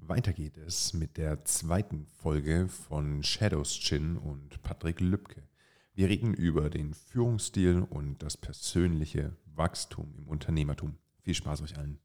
Weiter geht es mit der zweiten Folge von Shadows Chin und Patrick Lübke. Wir reden über den Führungsstil und das persönliche Wachstum im Unternehmertum. Viel Spaß euch allen.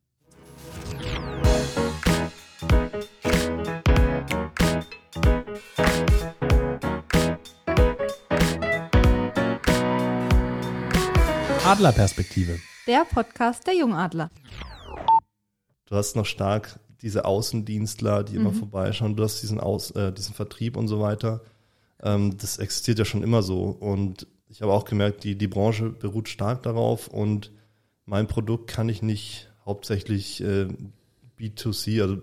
Adlerperspektive. Der Podcast der Jungadler. Du hast noch stark diese Außendienstler, die immer vorbeischauen. Du hast diesen Vertrieb und so weiter. Das existiert ja schon immer so. Und ich habe auch gemerkt, die Branche beruht stark darauf. Und mein Produkt kann ich nicht hauptsächlich B2C, also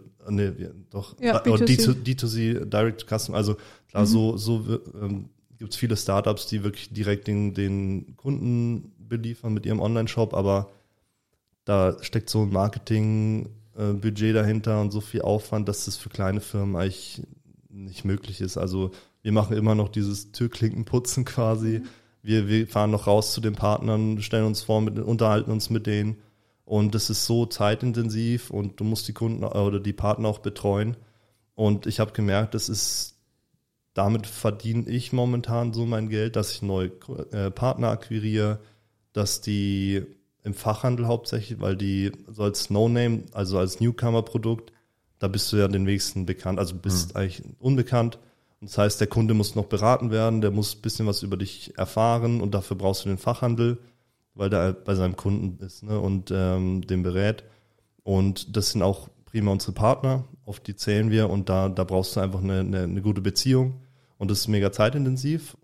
B2C. D2C, Direct Customer. Also klar, gibt es viele Startups, die wirklich direkt den Kunden beliefern mit ihrem Online-Shop, aber da steckt so ein Marketing-Budget dahinter und so viel Aufwand, dass das für kleine Firmen eigentlich nicht möglich ist. Also wir machen immer noch dieses Türklinkenputzen quasi. Wir fahren noch raus zu den Partnern, stellen uns vor, unterhalten uns mit denen. Und das ist so zeitintensiv und du musst die Kunden oder die Partner auch betreuen. Und ich habe gemerkt, damit verdiene ich momentan so mein Geld, dass ich neue Partner akquiriere, dass die im Fachhandel hauptsächlich, weil die so als No-Name, also als Newcomer-Produkt, da bist du ja den wenigsten bekannt, also bist eigentlich unbekannt. Und das heißt, der Kunde muss noch beraten werden, der muss ein bisschen was über dich erfahren und dafür brauchst du den Fachhandel, weil der bei seinem Kunden ist, ne, und den berät. Und das sind auch prima unsere Partner, auf die zählen wir und da brauchst du einfach eine gute Beziehung und das ist mega zeitintensiv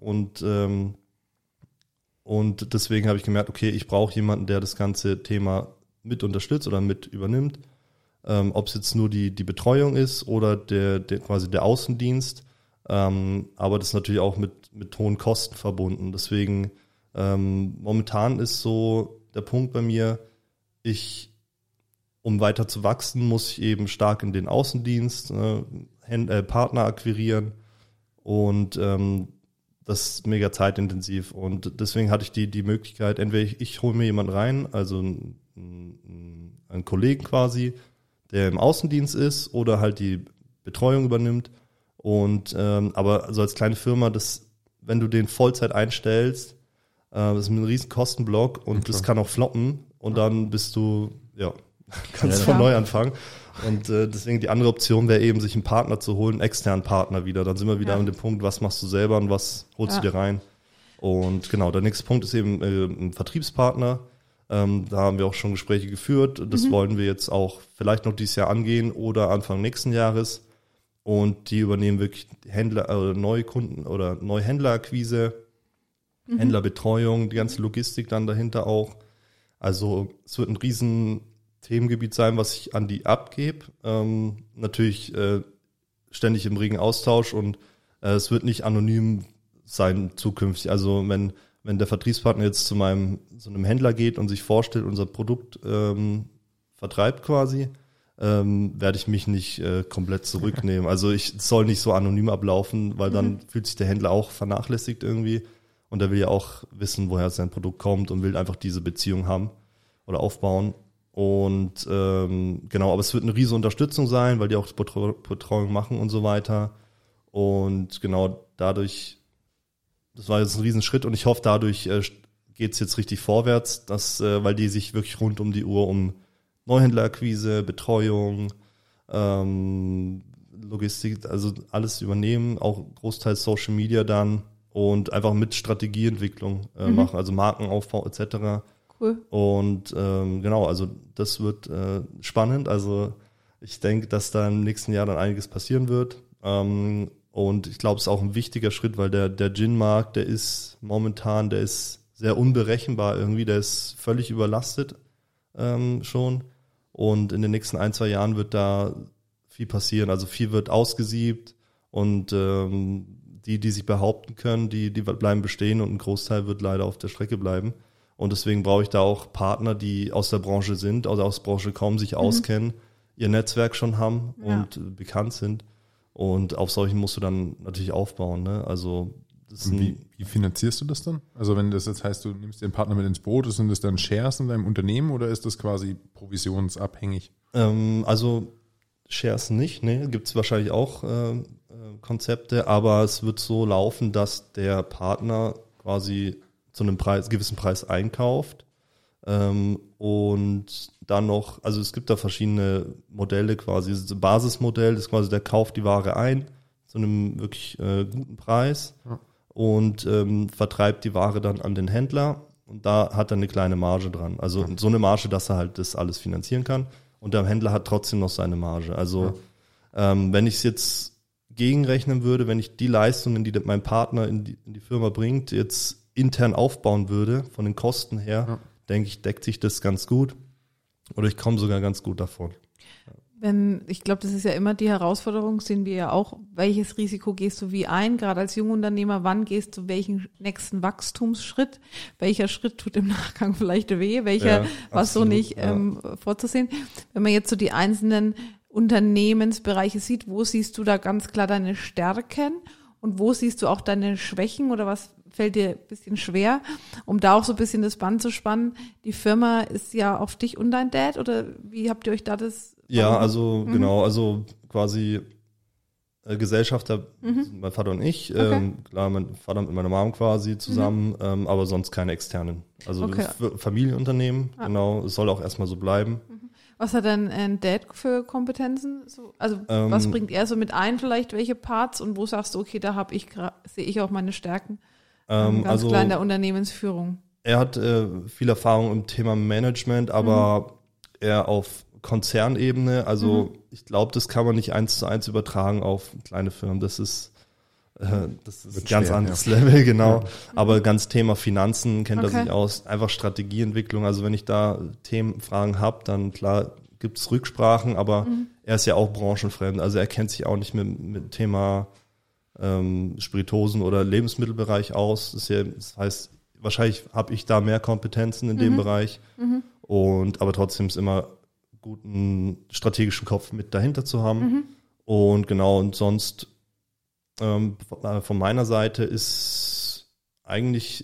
und deswegen habe ich gemerkt, okay, ich brauche jemanden, der das ganze Thema mit unterstützt oder mit übernimmt. Ob es jetzt nur die Betreuung ist oder quasi der Außendienst. Aber das ist natürlich auch mit hohen Kosten verbunden. Deswegen momentan ist so der Punkt bei mir, um weiter zu wachsen, muss ich eben stark in den Außendienst, Partner akquirieren und das ist mega zeitintensiv und deswegen hatte ich die Möglichkeit, entweder ich hole mir jemanden rein, also einen Kollegen quasi, der im Außendienst ist oder halt die Betreuung übernimmt und aber also als kleine Firma, wenn du den Vollzeit einstellst, das ist ein riesen Kostenblock und das kann auch floppen und dann bist du, kannst von neu anfangen. Und deswegen die andere Option wäre eben, sich einen Partner zu holen, einen externen Partner wieder. Dann sind wir wieder an dem Punkt, was machst du selber und was holst du dir rein. Und genau, der nächste Punkt ist eben ein Vertriebspartner. Da haben wir auch schon Gespräche geführt. Das wollen wir jetzt auch vielleicht noch dieses Jahr angehen oder Anfang nächsten Jahres. Und die übernehmen wirklich neue Kunden oder neue Händlerakquise, Händlerbetreuung, die ganze Logistik dann dahinter auch. Also es wird ein riesen Themengebiet sein, was ich an die abgebe. Natürlich ständig im regen Austausch und es wird nicht anonym sein zukünftig. Also wenn der Vertriebspartner jetzt zu so einem Händler geht und sich vorstellt, unser Produkt vertreibt quasi, werde ich mich nicht komplett zurücknehmen. Also es soll nicht so anonym ablaufen, weil dann fühlt sich der Händler auch vernachlässigt irgendwie und der will ja auch wissen, woher sein Produkt kommt und will einfach diese Beziehung haben oder aufbauen. Und genau, aber es wird eine riesige Unterstützung sein, weil die auch Betreuung machen und so weiter. Und genau dadurch, das war jetzt ein Riesenschritt und ich hoffe, dadurch geht es jetzt richtig vorwärts, weil die sich wirklich rund um die Uhr um Neuhändlerakquise, Betreuung, Logistik, also alles übernehmen, auch großteils Social Media dann und einfach mit Strategieentwicklung machen, also Markenaufbau etc. Cool. Und genau, also das wird spannend. Also ich denke, dass da im nächsten Jahr dann einiges passieren wird. Und ich glaube, es ist auch ein wichtiger Schritt, weil der Gin-Markt, der ist sehr unberechenbar irgendwie, der ist völlig überlastet schon. Und in den nächsten 1-2 Jahren wird da viel passieren. Also viel wird ausgesiebt und die sich behaupten können, die bleiben bestehen und ein Großteil wird leider auf der Strecke bleiben. Und deswegen brauche ich da auch Partner, die aus der Branche sind, also aus der Branche kommen, sich auskennen, ihr Netzwerk schon haben und bekannt sind. Und auf solchen musst du dann natürlich aufbauen. Ne? Also wie finanzierst du das dann? Also wenn das jetzt heißt, du nimmst den Partner mit ins Boot, sind das dann Shares in deinem Unternehmen oder ist das quasi provisionsabhängig? Also Shares nicht, ne, gibt es wahrscheinlich auch Konzepte, aber es wird so laufen, dass der Partner quasi zu einem gewissen Preis einkauft und dann noch, also es gibt da verschiedene Modelle quasi, das Basismodell ist quasi, der kauft die Ware ein zu einem wirklich guten Preis und vertreibt die Ware dann an den Händler und da hat er eine kleine Marge dran, also so eine Marge, dass er halt das alles finanzieren kann und der Händler hat trotzdem noch seine Marge, also wenn ich es jetzt gegenrechnen würde, wenn ich die Leistungen, die mein Partner in die Firma bringt, jetzt intern aufbauen würde, von den Kosten her, denke ich, deckt sich das ganz gut oder ich komme sogar ganz gut davon. Ich glaube, das ist ja immer die Herausforderung, sehen wir ja auch, welches Risiko gehst du wie ein, gerade als Jungunternehmer, wann gehst du welchen nächsten Wachstumsschritt, welcher Schritt tut im Nachgang vielleicht weh, welcher was absolut, so nicht vorzusehen. Wenn man jetzt so die einzelnen Unternehmensbereiche sieht, wo siehst du da ganz klar deine Stärken und wo siehst du auch deine Schwächen oder was fällt dir ein bisschen schwer, um da auch so ein bisschen das Band zu spannen? Die Firma ist ja auf dich und dein Dad oder wie habt ihr euch da das? Ja, also genau, also quasi Gesellschafter, mein Vater und ich, klar, mein Vater mit meiner Mom quasi zusammen, aber sonst keine externen. Also Familienunternehmen, genau, es soll auch erstmal so bleiben. Was hat denn ein Dad für Kompetenzen? Also was bringt er so mit ein vielleicht, welche Parts und wo sagst du, okay, da sehe ich auch meine Stärken ganz klar in der Unternehmensführung? Er hat viel Erfahrung im Thema Management, aber eher auf Konzernebene. Also ich glaube, das kann man nicht 1:1 übertragen auf kleine Firmen. Das ist ein ganz anderes Level, genau. Ja. Aber ganz Thema Finanzen kennt er sich aus. Einfach Strategieentwicklung. Also wenn ich da Themenfragen habe, dann klar gibt es Rücksprachen, aber er ist ja auch branchenfremd. Also er kennt sich auch nicht mit Thema Spiritosen oder Lebensmittelbereich aus. Das heißt, wahrscheinlich habe ich da mehr Kompetenzen in dem Bereich. Aber trotzdem ist immer gut, einen strategischen Kopf mit dahinter zu haben. Und genau, und sonst von meiner Seite ist eigentlich,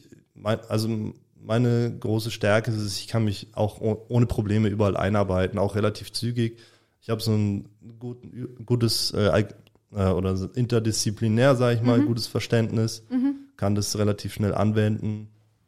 meine große Stärke ist, ich kann mich auch ohne Probleme überall einarbeiten, auch relativ zügig. Ich habe so ein gutes oder interdisziplinär, sage ich mal, gutes Verständnis, kann das relativ schnell anwenden.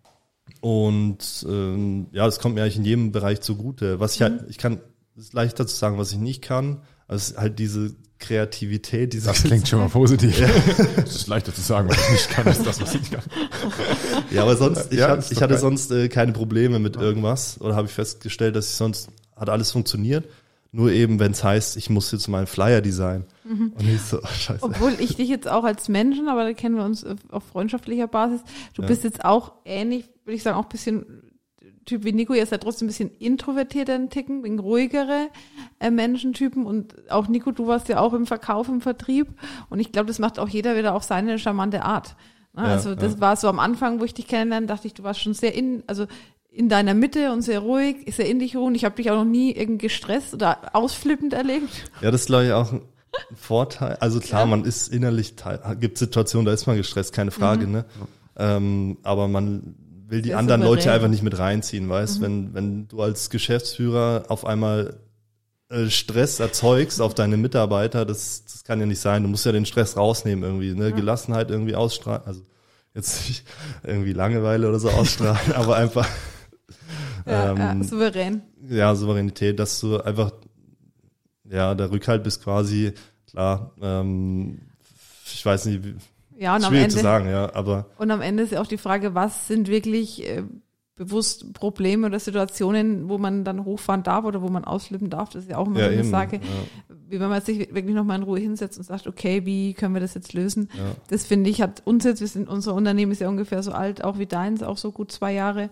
Und das kommt mir eigentlich in jedem Bereich zugute. Was ich kann, es ist leichter zu sagen, was ich nicht kann. Also es ist halt diese Kreativität. Das klingt schon mal positiv. Es ist leichter zu sagen, was ich nicht kann, als das, was ich kann. Ja, aber sonst, ich hatte sonst keine Probleme mit irgendwas. Oder habe ich festgestellt, dass hat alles funktioniert. Nur eben, wenn es heißt, ich muss jetzt mal einen Flyer designen. Und nicht so, scheiße. Obwohl ich dich jetzt auch als Menschen, aber da kennen wir uns auf freundschaftlicher Basis, du bist jetzt auch ähnlich, würde ich sagen, auch ein bisschen Typ wie Nico, ihr seid trotzdem ein bisschen introvertierter in Ticken, ein ruhigere Menschentypen und auch Nico, du warst ja auch im Verkauf, im Vertrieb und ich glaube, das macht auch jeder wieder auf seine charmante Art. Also das war so am Anfang, wo ich dich kennenlernte, dachte ich, du warst schon sehr in deiner Mitte und sehr ruhig, sehr in dich ruhen. Ich habe dich auch noch nie irgendwie gestresst oder ausflippend erlebt. Ja, das ist, glaube ich, auch ein Vorteil. Also klar, man ist innerlich, gibt Situationen, da ist man gestresst, keine Frage, ne? Aber man will die anderen Leute einfach nicht mit reinziehen, weißt? Wenn du als Geschäftsführer auf einmal Stress erzeugst auf deine Mitarbeiter, das kann ja nicht sein. Du musst ja den Stress rausnehmen irgendwie, ne? Gelassenheit irgendwie ausstrahlen. Also jetzt nicht irgendwie Langeweile oder so ausstrahlen, aber einfach souverän. Ja, Souveränität, dass du einfach, der Rückhalt bist quasi, klar, ich weiß nicht, schwierig zu sagen, aber. Und am Ende ist ja auch die Frage, was sind wirklich bewusst Probleme oder Situationen, wo man dann hochfahren darf oder wo man ausflippen darf. Das ist ja auch immer so eine Sache, wie wenn man sich wirklich nochmal in Ruhe hinsetzt und sagt, okay, wie können wir das jetzt lösen? Ja. Das finde ich, hat uns jetzt, unser Unternehmen ist ja ungefähr so alt, auch wie deins, auch so gut 2 Jahre.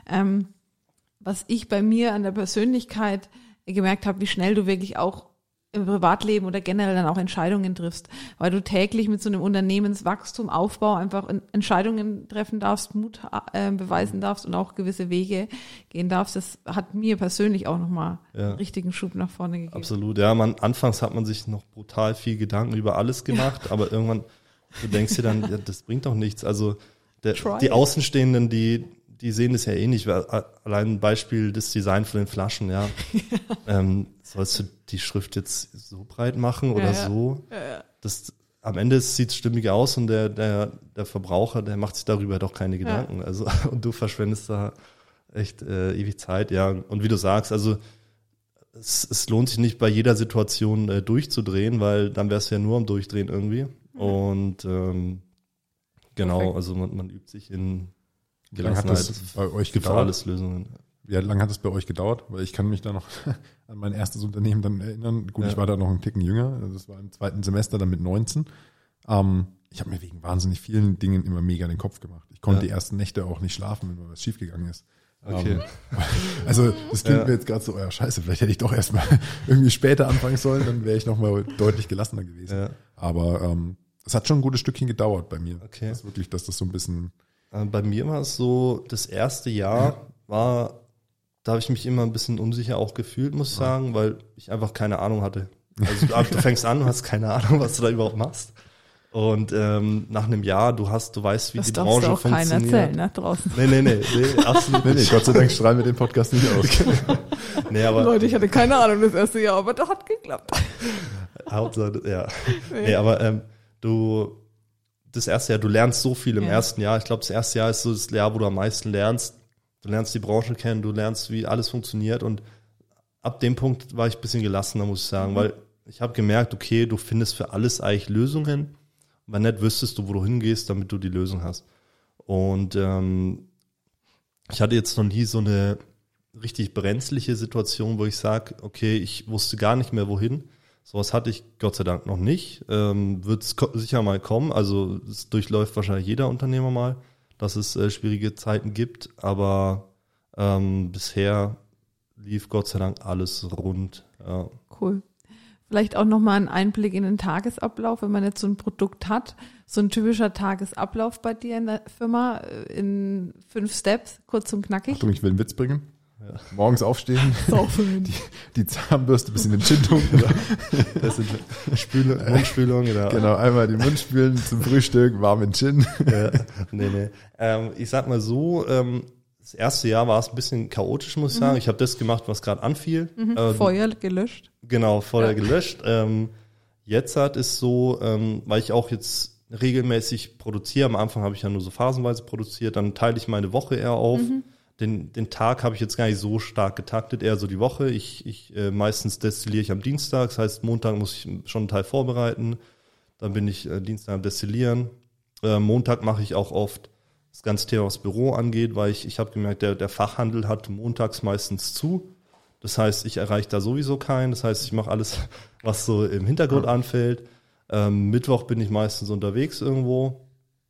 Was ich bei mir an der Persönlichkeit gemerkt habe, wie schnell du wirklich auch im Privatleben oder generell dann auch Entscheidungen triffst, weil du täglich mit so einem Unternehmenswachstum, Aufbau einfach Entscheidungen treffen darfst, Mut beweisen darfst und auch gewisse Wege gehen darfst. Das hat mir persönlich auch nochmal einen richtigen Schub nach vorne gegeben. Absolut, ja. Anfangs hat man sich noch brutal viel Gedanken über alles gemacht, aber irgendwann, du denkst dir dann, das bringt doch nichts. Also die Außenstehenden, die die sehen das ja eh nicht. Allein ein Beispiel, das Design von den Flaschen, ja. Sollst du die Schrift jetzt so breit machen oder so? Ja. Das, am Ende sieht es stimmig aus und der Verbraucher, der macht sich darüber doch keine Gedanken. Ja. Also, und du verschwendest da echt ewig Zeit, ja. Und wie du sagst, also es lohnt sich nicht bei jeder Situation durchzudrehen, weil dann wärst du ja nur am Durchdrehen irgendwie. Und genau, perfekt. Also man übt sich in Wie lange hat das bei euch gedauert? Alles Lösungen. Wie lange hat es bei euch gedauert? Weil ich kann mich da noch an mein erstes Unternehmen dann erinnern. Gut, ich war da noch einen Ticken jünger. Das war im 2. Semester dann mit 19. Ich habe mir wegen wahnsinnig vielen Dingen immer mega den Kopf gemacht. Ich konnte die ersten Nächte auch nicht schlafen, wenn mal was schiefgegangen ist. Okay. Also das klingt mir jetzt gerade so, scheiße, vielleicht hätte ich doch erstmal irgendwie später anfangen sollen, dann wäre ich nochmal deutlich gelassener gewesen. Ja. Aber es hat schon ein gutes Stückchen gedauert bei mir. Okay. Das ist wirklich, dass das so ein bisschen... Bei mir war es so, das erste Jahr da habe ich mich immer ein bisschen unsicher auch gefühlt, muss ich sagen, weil ich einfach keine Ahnung hatte. Also du fängst an, du hast keine Ahnung, was du da überhaupt machst. Und nach einem Jahr, du weißt, wie das die Branche auch funktioniert. Das darfst du auch keiner erzählen, nach draußen. Nee, absolut nicht. Nee, Gott sei Dank strahlen wir den Podcast nicht aus. Nee, aber Leute, ich hatte keine Ahnung das erste Jahr, aber das hat geklappt. Hauptsache, ja. Nee, aber das erste Jahr, du lernst so viel im ersten Jahr. Ich glaube, das erste Jahr ist so das Jahr, wo du am meisten lernst. Du lernst die Branche kennen, du lernst, wie alles funktioniert. Und ab dem Punkt war ich ein bisschen gelassener, muss ich sagen, weil ich habe gemerkt, okay, du findest für alles eigentlich Lösungen. Wenn nicht, wüsstest du, wo du hingehst, damit du die Lösung hast. Und ich hatte jetzt noch nie so eine richtig brenzliche Situation, wo ich sage, okay, ich wusste gar nicht mehr, wohin. Sowas hatte ich Gott sei Dank noch nicht. Wird es sicher mal kommen. Also es durchläuft wahrscheinlich jeder Unternehmer mal, dass es schwierige Zeiten gibt. Aber bisher lief Gott sei Dank alles rund. Ja. Cool. Vielleicht auch nochmal ein Einblick in den Tagesablauf, wenn man jetzt so ein Produkt hat. So ein typischer Tagesablauf bei dir in der Firma in 5 Steps, kurz und knackig. Achtung, ich will einen Witz bringen. Ja. Morgens aufstehen, die Zahnbürste bis in den Chin tunken. Das sind Mundspülung. Genau, einmal den Mund spülen zum Frühstück, warmen Chin. Ja, nee. Ich sag mal so, das erste Jahr war es ein bisschen chaotisch, muss ich sagen. Ich habe das gemacht, was gerade anfiel. Feuer gelöscht. Genau, Feuer gelöscht. Jetzt hat es so, weil ich auch jetzt regelmäßig produziere, am Anfang habe ich ja nur so phasenweise produziert, dann teile ich meine Woche eher auf. Den Tag habe ich jetzt gar nicht so stark getaktet, eher so die Woche. Ich meistens destilliere ich am Dienstag, das heißt Montag muss ich schon einen Teil vorbereiten, dann bin ich Dienstag am Destillieren. Montag mache ich auch oft das ganze Thema, was Büro angeht, weil ich habe gemerkt, der Fachhandel hat montags meistens zu. Das heißt, ich erreiche da sowieso keinen. Das heißt, ich mache alles, was so im Hintergrund anfällt. Mittwoch bin ich meistens unterwegs irgendwo.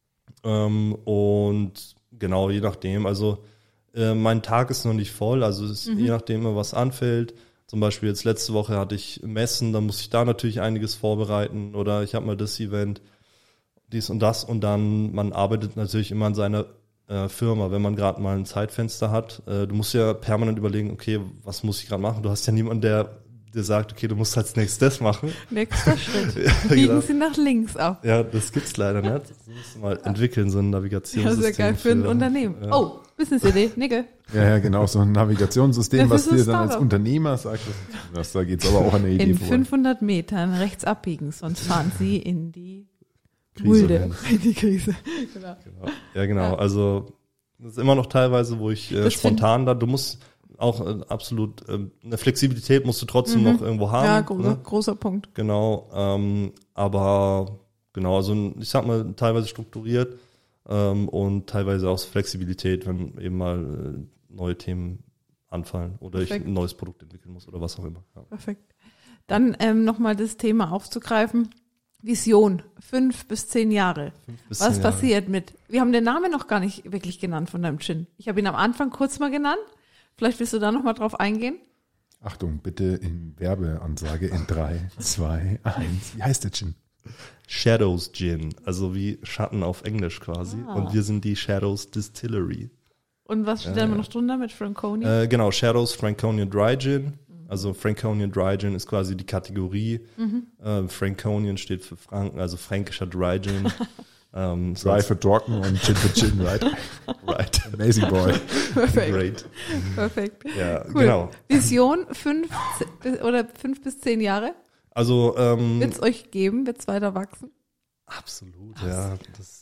Und genau, je nachdem. Also mein Tag ist noch nicht voll. Also es ist je nachdem, was anfällt. Zum Beispiel jetzt letzte Woche hatte ich Messen, da muss ich da natürlich einiges vorbereiten. Oder ich habe mal das Event, dies und das. Und dann, man arbeitet natürlich immer an seiner Firma, wenn man gerade mal ein Zeitfenster hat. Du musst ja permanent überlegen, okay, was muss ich gerade machen? Du hast ja niemanden, der sagt, okay, du musst als nächstes das machen. Nächster Schritt. Biegen Sie nach links ab. Ja, das gibt's leider nicht. Das musst du mal entwickeln, so ein Navigationssystem. Ja, sehr geil für ein Unternehmen. Ja. Oh, Business-Idee, Nicke. Ja, genau, so ein Navigationssystem, was dir dann als Unternehmer sagt, da geht's aber auch an eine Idee in vorbei. 500 Metern rechts abbiegen, sonst fahren Sie in die Mulde, in die Krise. Genau. Ja, genau. Ja. Also das ist immer noch teilweise, wo ich spontan du musst auch absolut eine Flexibilität musst du trotzdem noch irgendwo haben. Ja, großer Punkt. Genau, aber genau, also ich sag mal teilweise strukturiert und teilweise auch Flexibilität, wenn eben mal neue Themen anfallen oder ich ein neues Produkt entwickeln muss oder was auch immer. Ja. Perfekt. Dann nochmal das Thema aufzugreifen. Vision, 5 bis 10 Jahre. Was passiert mit, wir haben den Namen noch gar nicht wirklich genannt von deinem Gin. Ich habe ihn am Anfang kurz mal genannt. Vielleicht willst du da nochmal drauf eingehen? Achtung, bitte in Werbeansage in 3, 2, 1. Wie heißt der Gin? Shadows Gin, also wie Schatten auf Englisch quasi. Und wir sind die Shadows Distillery. Und was steht da immer noch drunter mit Franconian? Genau, Shadows Franconian Dry Gin. Also Franconian Dry Gin ist quasi die Kategorie. Franconian steht für Franken, also fränkischer Dry Gin. Dry für trocken und Gin für Gin, right? Right. Amazing boy. Perfekt. Great. Perfekt. Ja, Cool. genau. Vision 5 bis 10 Jahre? Also Wird es euch geben? Wird es weiter wachsen? absolut, ja.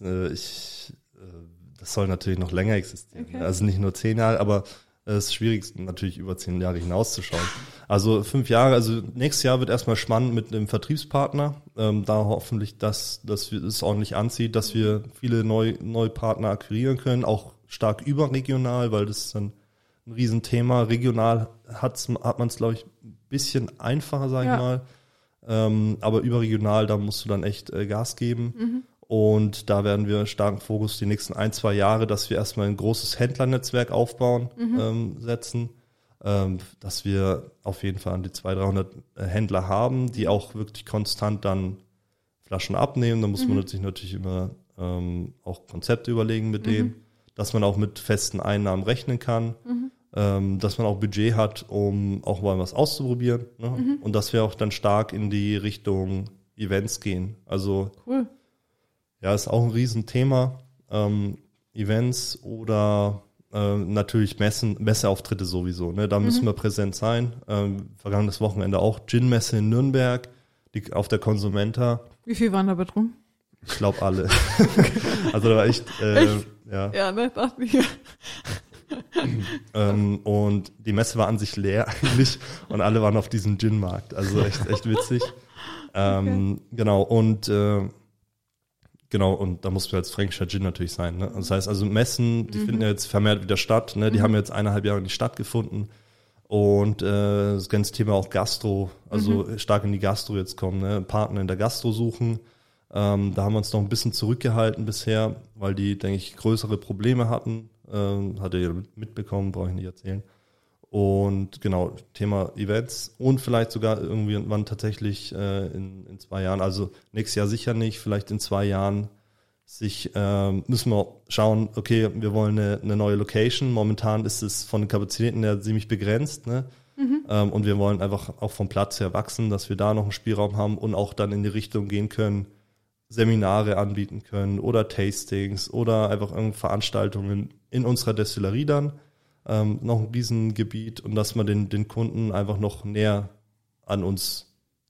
Das soll natürlich noch länger existieren. Okay. Also nicht nur 10 Jahre, aber es ist schwierig, natürlich über 10 Jahre hinauszuschauen. Also 5 Jahre, also nächstes Jahr wird erstmal spannend mit dem Vertriebspartner. Da hoffentlich, dass wir es ordentlich anzieht, dass wir viele neue Partner akquirieren können, auch stark überregional, weil das ist dann ein Riesenthema. Regional hat man es, glaube ich, ein bisschen einfacher, sage ich mal. Aber überregional, da musst du dann echt Gas geben. Und da werden wir starken Fokus die nächsten 1-2 Jahre, dass wir erstmal ein großes Händlernetzwerk aufbauen, setzen. Dass wir auf jeden Fall an die 200-300 Händler haben, die auch wirklich konstant dann Flaschen abnehmen. Da muss man natürlich immer auch Konzepte überlegen mit denen, dass man auch mit festen Einnahmen rechnen kann, dass man auch Budget hat, um auch mal was auszuprobieren. Ne? Und dass wir auch dann stark in die Richtung Events gehen. Also Cool. ja, ist auch ein Riesenthema. Events oder natürlich Messeauftritte sowieso. Ne? Da müssen wir präsent sein. Vergangenes Wochenende auch Gin-Messe in Nürnberg, auf der Consumenta. Wie viel waren da betrunken? Ich glaube alle. Also da war echt, ja. Ja, ne, dachte ich. Und die Messe war an sich leer eigentlich und alle waren auf diesem Gin-Markt. Also echt witzig. Genau, und und da muss man als fränkischer Gin natürlich sein. Ne? Das heißt also Messen, die finden ja jetzt vermehrt wieder statt. Ne? Die haben jetzt 1,5 Jahre nicht stattgefunden. Und das ganze Thema auch Gastro, also stark in die Gastro jetzt kommen, ne? Partner in der Gastro suchen. Da haben wir uns noch ein bisschen zurückgehalten bisher, weil die, denke ich, größere Probleme hatten. Hat ihr ja mitbekommen, brauche ich nicht erzählen. Und genau, Thema Events und vielleicht sogar irgendwann tatsächlich in 2 Jahren, also nächstes Jahr sicher nicht, vielleicht in 2 Jahren müssen wir schauen, okay, wir wollen eine neue Location. Momentan ist es von den Kapazitäten her ziemlich begrenzt, ne? Und wir wollen einfach auch vom Platz her wachsen, dass wir da noch einen Spielraum haben und auch dann in die Richtung gehen können, Seminare anbieten können oder Tastings oder einfach irgendeine Veranstaltungen in unserer Destillerie dann. Noch ein Riesengebiet und dass man den Kunden einfach noch näher an uns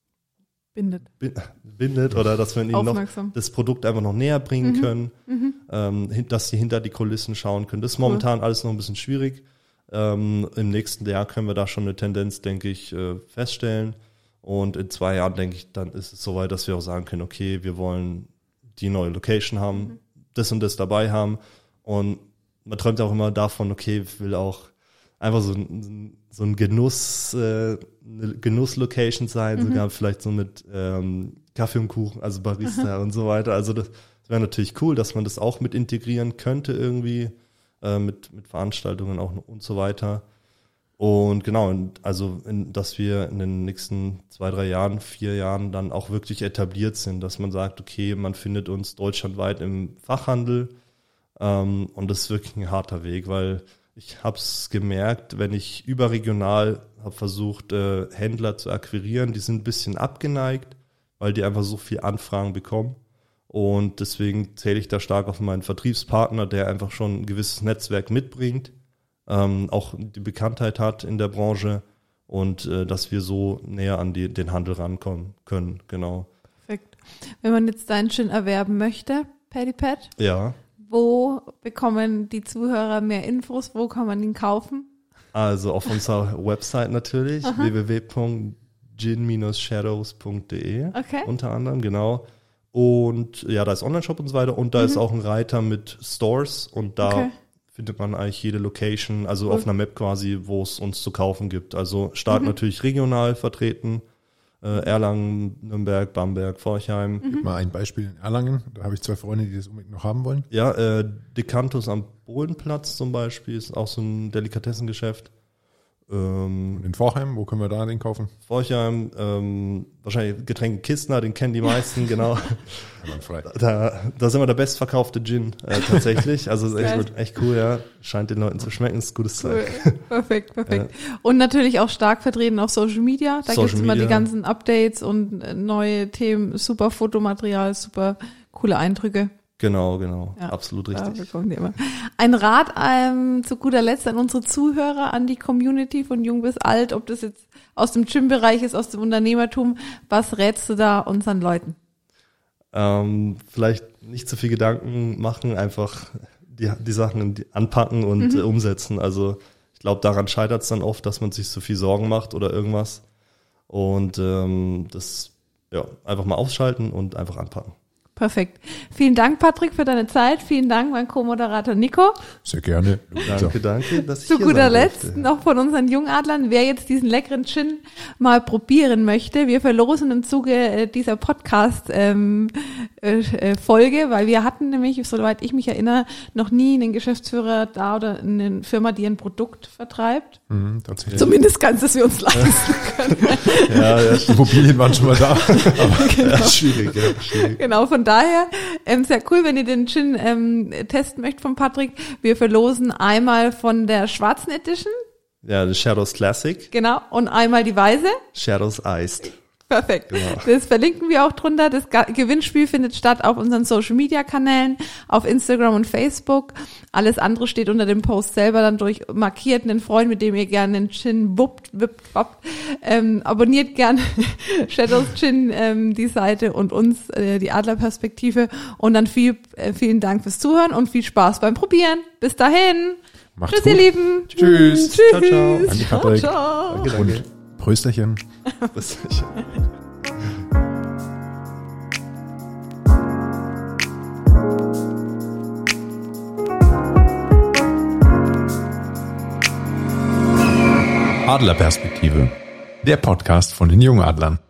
bindet oder dass wir ihnen noch das Produkt einfach noch näher bringen können, dass sie hinter die Kulissen schauen können. Das ist momentan alles noch ein bisschen schwierig. Im nächsten Jahr können wir da schon eine Tendenz, denke ich, feststellen. Und in 2 Jahren, denke ich, dann ist es soweit, dass wir auch sagen können, okay, wir wollen die neue Location haben, das und das dabei haben. Und man träumt auch immer davon, okay, ich will auch einfach so ein eine Genuss-Location sein, sogar vielleicht so mit Kaffee und Kuchen, also Barista und so weiter. Also das wäre natürlich cool, dass man das auch mit integrieren könnte irgendwie, mit Veranstaltungen auch und so weiter. Und genau, dass wir in den nächsten 2-3 Jahren, 4 Jahren dann auch wirklich etabliert sind, dass man sagt, okay, man findet uns deutschlandweit im Fachhandel. Und das ist wirklich ein harter Weg, weil ich habe es gemerkt, wenn ich überregional habe versucht, Händler zu akquirieren, die sind ein bisschen abgeneigt, weil die einfach so viel Anfragen bekommen. Und deswegen zähle ich da stark auf meinen Vertriebspartner, der einfach schon ein gewisses Netzwerk mitbringt, auch die Bekanntheit hat in der Branche und dass wir so näher an den Handel rankommen können. Genau. Perfekt. Wenn man jetzt deinen Gin erwerben möchte, Paddy Pat, ja. Wo bekommen die Zuhörer mehr Infos? Wo kann man ihn kaufen? Also auf unserer Website natürlich, www.gin-shadows.de unter anderem, genau. Und ja, da ist Online-Shop und so weiter und da ist auch ein Reiter mit Stores und da findet man eigentlich jede Location, also auf einer Map quasi, wo es uns zu kaufen gibt. Also Start natürlich regional vertreten, Erlangen, Nürnberg, Bamberg, Forchheim. Gib mal ein Beispiel in Erlangen, da habe ich 2 Freunde, die das unbedingt noch haben wollen. Ja, Decantus am Bohlenplatz zum Beispiel ist auch so ein Delikatessengeschäft. Und in Forchheim, wo können wir da den kaufen? Forchheim, wahrscheinlich Getränke Kistner, den kennen die meisten, genau. Da sind wir der bestverkaufte Gin tatsächlich. Also ist echt cool, ja. Scheint den Leuten zu schmecken, ist gutes Zeug. Perfekt. Und natürlich auch stark vertreten auf Social Media. Da gibt es immer die ganzen Updates und neue Themen, super Fotomaterial, super coole Eindrücke. Genau, ja, absolut richtig. Ein Rat zu guter Letzt an unsere Zuhörer, an die Community von jung bis alt, ob das jetzt aus dem Gym-Bereich ist, aus dem Unternehmertum, was rätst du da unseren Leuten? Vielleicht nicht zu viel Gedanken machen, einfach die Sachen anpacken und umsetzen. Also ich glaube, daran scheitert es dann oft, dass man sich so viel Sorgen macht oder irgendwas. Und das einfach mal ausschalten und einfach anpacken. Perfekt. Vielen Dank, Patrick, für deine Zeit. Vielen Dank, mein Co-Moderator Nico. Sehr gerne. Danke, dass ich hier sein durfte. Zu guter Letzt noch von unseren Jungadlern, wer jetzt diesen leckeren Gin mal probieren möchte. Wir verlosen im Zuge dieser Podcast-Folge, weil wir hatten nämlich, soweit ich mich erinnere, noch nie einen Geschäftsführer da oder eine Firma, die ein Produkt vertreibt. Tatsächlich. Zumindest ganz, dass wir uns leisten können. Ja, die Immobilien waren schon mal da. Aber genau. Schwierig. Genau, von daher sehr cool, wenn ihr den Gin testen möchtet von Patrick. Wir verlosen einmal von der schwarzen Edition. Ja, die Shadows Classic. Genau, und einmal die weiße. Shadows Iced. Perfekt. Genau. Das verlinken wir auch drunter. Das Gewinnspiel findet statt auf unseren Social-Media-Kanälen, auf Instagram und Facebook. Alles andere steht unter dem Post selber dann durch. Markiert einen Freund, mit dem ihr gerne den Gin wuppt. Abonniert gerne Shadows Gin, die Seite, und uns, die Adlerperspektive. Und dann vielen Dank fürs Zuhören und viel Spaß beim Probieren. Bis dahin. Macht's Tschüss, ihr Lieben. Tschüss. Ciao, ciao. Danke, Patrick. Ciao. Danke. Und Prösterchen. Prösterchen. Adlerperspektive. Der Podcast von den Jungadlern.